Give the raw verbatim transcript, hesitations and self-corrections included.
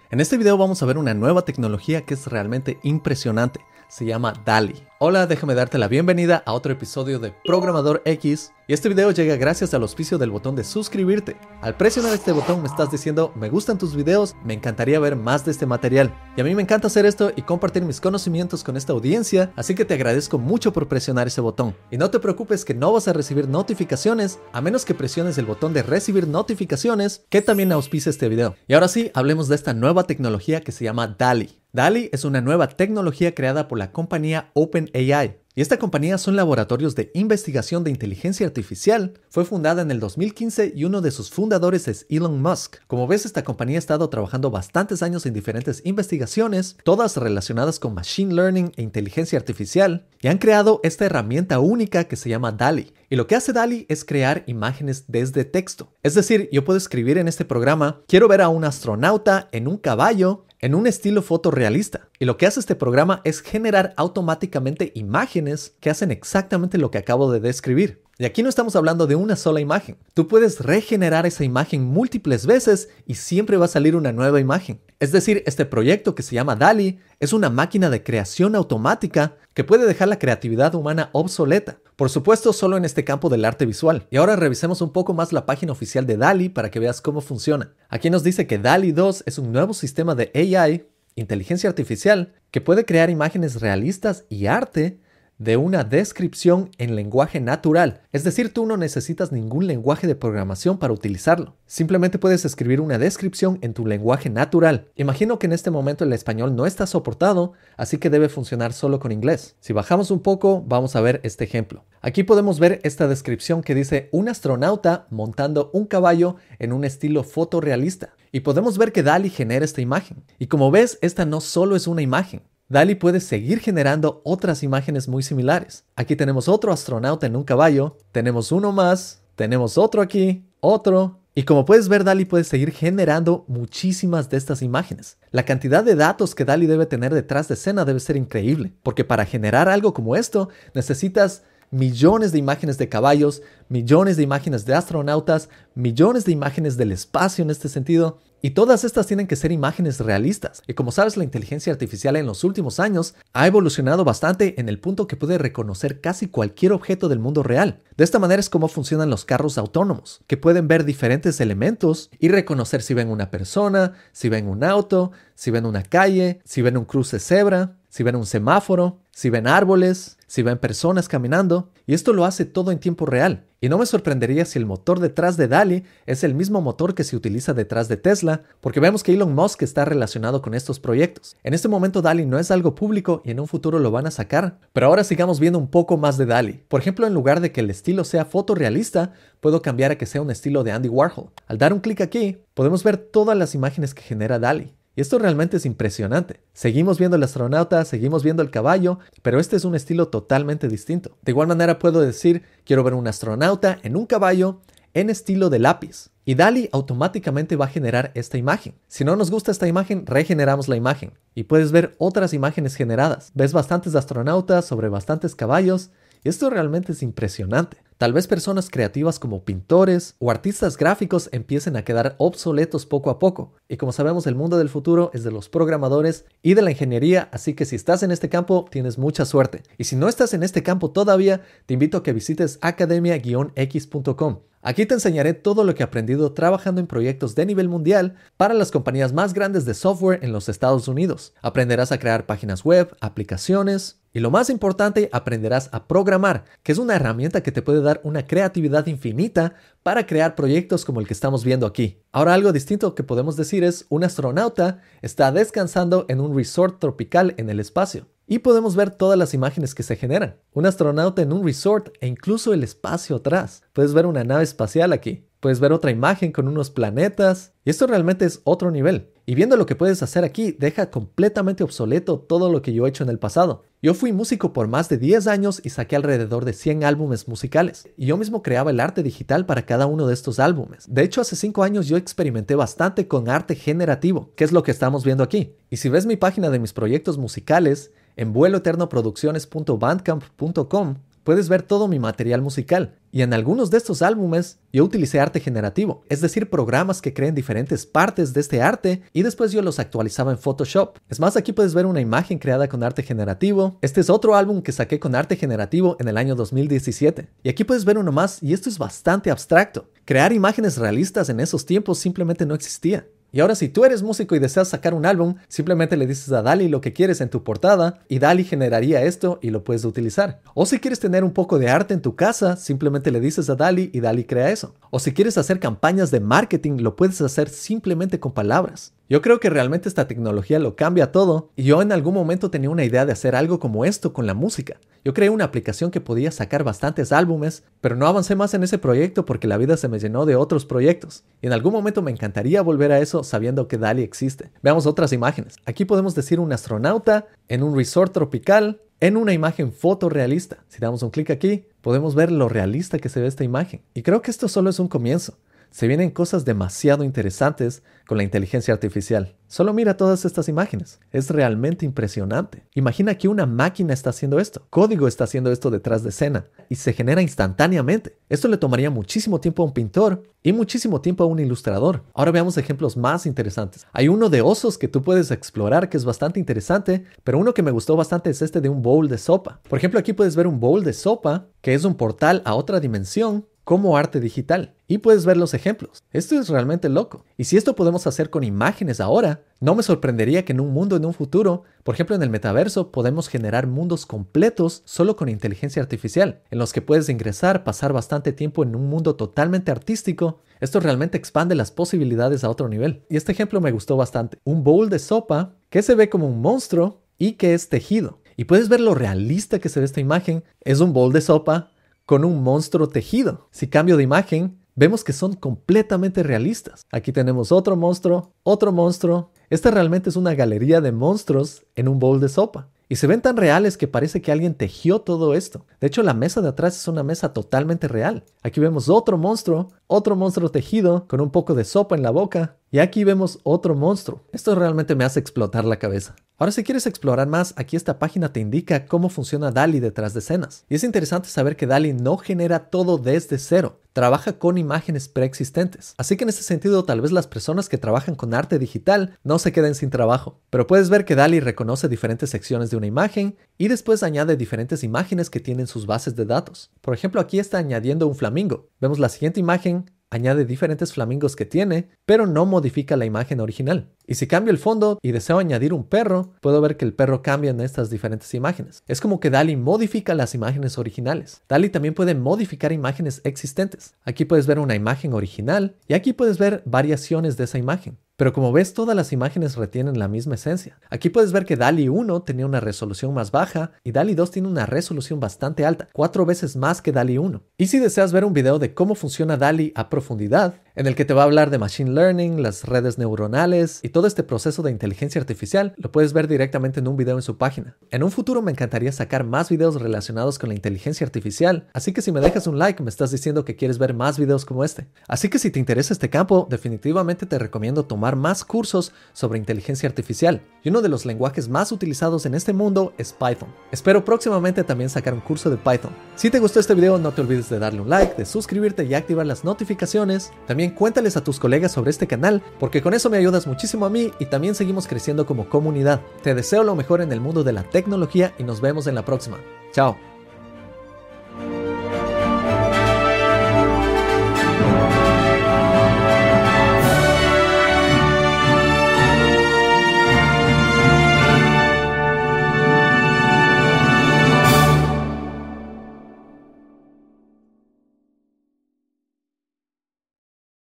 En este video vamos a ver una nueva tecnología que es realmente impresionante. Se llama DALL-E. Hola, déjame darte la bienvenida a otro episodio de Programador X. Y este video llega gracias al auspicio del botón de suscribirte. Al presionar este botón me estás diciendo, me gustan tus videos, me encantaría ver más de este material. Y a mí me encanta hacer esto y compartir mis conocimientos con esta audiencia, así que te agradezco mucho por presionar ese botón. Y no te preocupes que no vas a recibir notificaciones, a menos que presiones el botón de recibir notificaciones, que también auspicia este video. Y ahora sí, hablemos de esta nueva tecnología que se llama DALL-E. DALL-E es una nueva tecnología creada por la compañía OpenAI. Y esta compañía son laboratorios de investigación de inteligencia artificial. Fue fundada en el dos mil quince y uno de sus fundadores es Elon Musk. Como ves, esta compañía ha estado trabajando bastantes años en diferentes investigaciones, todas relacionadas con Machine Learning e inteligencia artificial, y han creado esta herramienta única que se llama DALL-E. Y lo que hace DALL-E es crear imágenes desde texto. Es decir, yo puedo escribir en este programa, quiero ver a un astronauta en un caballo, en un estilo fotorrealista. Y lo que hace este programa es generar automáticamente imágenes que hacen exactamente lo que acabo de describir. Y aquí no estamos hablando de una sola imagen. Tú puedes regenerar esa imagen múltiples veces y siempre va a salir una nueva imagen. Es decir, este proyecto que se llama DALL-E es una máquina de creación automática que puede dejar la creatividad humana obsoleta. Por supuesto, solo en este campo del arte visual. Y ahora revisemos un poco más la página oficial de DALL-E para que veas cómo funciona. Aquí nos dice que DALL-E dos es un nuevo sistema de A I, inteligencia artificial, que puede crear imágenes realistas y arte de una descripción en lenguaje natural. Es decir, tú no necesitas ningún lenguaje de programación para utilizarlo. Simplemente puedes escribir una descripción en tu lenguaje natural. Imagino que en este momento el español no está soportado, así que debe funcionar solo con inglés. Si bajamos un poco, vamos a ver este ejemplo. Aquí podemos ver esta descripción que dice un astronauta montando un caballo en un estilo fotorrealista. Y podemos ver que DALL-E genera esta imagen. Y como ves, esta no solo es una imagen. DALL-E puede seguir generando otras imágenes muy similares. Aquí tenemos otro astronauta en un caballo, tenemos uno más, tenemos otro aquí, otro. Y como puedes ver, DALL-E puede seguir generando muchísimas de estas imágenes. La cantidad de datos que DALL-E debe tener detrás de escena debe ser increíble, porque para generar algo como esto necesitas millones de imágenes de caballos, millones de imágenes de astronautas, millones de imágenes del espacio en este sentido. Y todas estas tienen que ser imágenes realistas. Y como sabes, la inteligencia artificial en los últimos años ha evolucionado bastante en el punto que puede reconocer casi cualquier objeto del mundo real. De esta manera es como funcionan los carros autónomos, que pueden ver diferentes elementos y reconocer si ven una persona, si ven un auto, si ven una calle, si ven un cruce cebra, si ven un semáforo, si ven árboles, si ven personas caminando. Y esto lo hace todo en tiempo real. Y no me sorprendería si el motor detrás de DALL-E es el mismo motor que se utiliza detrás de Tesla, porque vemos que Elon Musk está relacionado con estos proyectos. En este momento DALL-E no es algo público y en un futuro lo van a sacar. Pero ahora sigamos viendo un poco más de DALL-E. Por ejemplo, en lugar de que el estilo sea fotorrealista, puedo cambiar a que sea un estilo de Andy Warhol. Al dar un clic aquí, podemos ver todas las imágenes que genera DALL-E. Y esto realmente es impresionante. Seguimos viendo el astronauta, seguimos viendo el caballo, pero este es un estilo totalmente distinto. De igual manera puedo decir, quiero ver un astronauta en un caballo en estilo de lápiz. Y DALL-E automáticamente va a generar esta imagen. Si no nos gusta esta imagen, regeneramos la imagen. Y puedes ver otras imágenes generadas. Ves bastantes astronautas sobre bastantes caballos. Y esto realmente es impresionante. Tal vez personas creativas como pintores o artistas gráficos empiecen a quedar obsoletos poco a poco. Y como sabemos, el mundo del futuro es de los programadores y de la ingeniería, así que si estás en este campo, tienes mucha suerte. Y si no estás en este campo todavía, te invito a que visites academia guion x punto com. Aquí te enseñaré todo lo que he aprendido trabajando en proyectos de nivel mundial para las compañías más grandes de software en los Estados Unidos. Aprenderás a crear páginas web, aplicaciones y lo más importante, aprenderás a programar, que es una herramienta que te puede dar una creatividad infinita para crear proyectos como el que estamos viendo aquí. Ahora algo distinto que podemos decir es un astronauta está descansando en un resort tropical en el espacio. Y podemos ver todas las imágenes que se generan. Un astronauta en un resort e incluso el espacio atrás. Puedes ver una nave espacial aquí. Puedes ver otra imagen con unos planetas. Y esto realmente es otro nivel. Y viendo lo que puedes hacer aquí, deja completamente obsoleto todo lo que yo he hecho en el pasado. Yo fui músico por más de diez años y saqué alrededor de cien álbumes musicales. Y yo mismo creaba el arte digital para cada uno de estos álbumes. De hecho, hace cinco años yo experimenté bastante con arte generativo, que es lo que estamos viendo aquí. Y si ves mi página de mis proyectos musicales, en vuelo eterno producciones punto bandcamp punto com, puedes ver todo mi material musical. Y en algunos de estos álbumes yo utilicé arte generativo, es decir, programas que creen diferentes partes de este arte y después yo los actualizaba en Photoshop. Es más, aquí puedes ver una imagen creada con arte generativo. Este es otro álbum que saqué con arte generativo en el año dos mil diecisiete. Y aquí puedes ver uno más, y esto es bastante abstracto. Crear imágenes realistas en esos tiempos simplemente no existía. Y ahora si tú eres músico y deseas sacar un álbum, simplemente le dices a DALL-E lo que quieres en tu portada y DALL-E generaría esto y lo puedes utilizar. O si quieres tener un poco de arte en tu casa, simplemente le dices a DALL-E y DALL-E crea eso. O si quieres hacer campañas de marketing, lo puedes hacer simplemente con palabras. Yo creo que realmente esta tecnología lo cambia todo y yo en algún momento tenía una idea de hacer algo como esto con la música. Yo creé una aplicación que podía sacar bastantes álbumes, pero no avancé más en ese proyecto porque la vida se me llenó de otros proyectos. Y en algún momento me encantaría volver a eso sabiendo que DALL-E existe. Veamos otras imágenes. Aquí podemos decir un astronauta en un resort tropical en una imagen fotorrealista. Si damos un clic aquí, podemos ver lo realista que se ve esta imagen. Y creo que esto solo es un comienzo. Se vienen cosas demasiado interesantes con la inteligencia artificial. Solo mira todas estas imágenes. Es realmente impresionante. Imagina que una máquina está haciendo esto. Código está haciendo esto detrás de escena. Y se genera instantáneamente. Esto le tomaría muchísimo tiempo a un pintor y muchísimo tiempo a un ilustrador. Ahora veamos ejemplos más interesantes. Hay uno de osos que tú puedes explorar que es bastante interesante, pero uno que me gustó bastante es este de un bowl de sopa. Por ejemplo, aquí puedes ver un bowl de sopa que es un portal a otra dimensión como arte digital. Y puedes ver los ejemplos. Esto es realmente loco. Y si esto podemos hacer con imágenes ahora, no me sorprendería que en un mundo en un futuro, por ejemplo en el metaverso, podemos generar mundos completos solo con inteligencia artificial, en los que puedes ingresar, pasar bastante tiempo en un mundo totalmente artístico. Esto realmente expande las posibilidades a otro nivel. Y este ejemplo me gustó bastante. Un bowl de sopa que se ve como un monstruo y que es tejido. Y puedes ver lo realista que se ve esta imagen. Es un bowl de sopa con un monstruo tejido. Si cambio de imagen, vemos que son completamente realistas. Aquí tenemos otro monstruo, otro monstruo. Esta realmente es una galería de monstruos en un bowl de sopa. Y se ven tan reales que parece que alguien tejió todo esto. De hecho, la mesa de atrás es una mesa totalmente real. Aquí vemos otro monstruo, otro monstruo tejido con un poco de sopa en la boca. Y aquí vemos otro monstruo. Esto realmente me hace explotar la cabeza. Ahora, si quieres explorar más, aquí esta página te indica cómo funciona DALL-E detrás de escenas. Y es interesante saber que DALL-E no genera todo desde cero. Trabaja con imágenes preexistentes. Así que en ese sentido, tal vez las personas que trabajan con arte digital no se queden sin trabajo. Pero puedes ver que DALL-E reconoce diferentes secciones de una imagen y después añade diferentes imágenes que tienen sus bases de datos. Por ejemplo, aquí está añadiendo un flamingo. Vemos la siguiente imagen. Añade diferentes flamingos que tiene, pero no modifica la imagen original. Y si cambio el fondo y deseo añadir un perro, puedo ver que el perro cambia en estas diferentes imágenes. Es como que DALL-E modifica las imágenes originales. DALL-E también puede modificar imágenes existentes. Aquí puedes ver una imagen original y aquí puedes ver variaciones de esa imagen. Pero como ves, todas las imágenes retienen la misma esencia. Aquí puedes ver que DALL-E uno tenía una resolución más baja y DALL-E dos tiene una resolución bastante alta, cuatro veces más que DALL-E uno. Y si deseas ver un video de cómo funciona DALL-E a profundidad, en el que te va a hablar de Machine Learning, las redes neuronales y todo este proceso de inteligencia artificial, lo puedes ver directamente en un video en su página. En un futuro me encantaría sacar más videos relacionados con la inteligencia artificial, así que si me dejas un like me estás diciendo que quieres ver más videos como este. Así que si te interesa este campo, definitivamente te recomiendo tomar más cursos sobre inteligencia artificial. Y uno de los lenguajes más utilizados en este mundo es Python. Espero próximamente también sacar un curso de Python. Si te gustó este video, no te olvides de darle un like, de suscribirte y activar las notificaciones. También cuéntales a tus colegas sobre este canal, porque con eso me ayudas muchísimo a mí y también seguimos creciendo como comunidad. Te deseo lo mejor en el mundo de la tecnología y nos vemos en la próxima. Chao.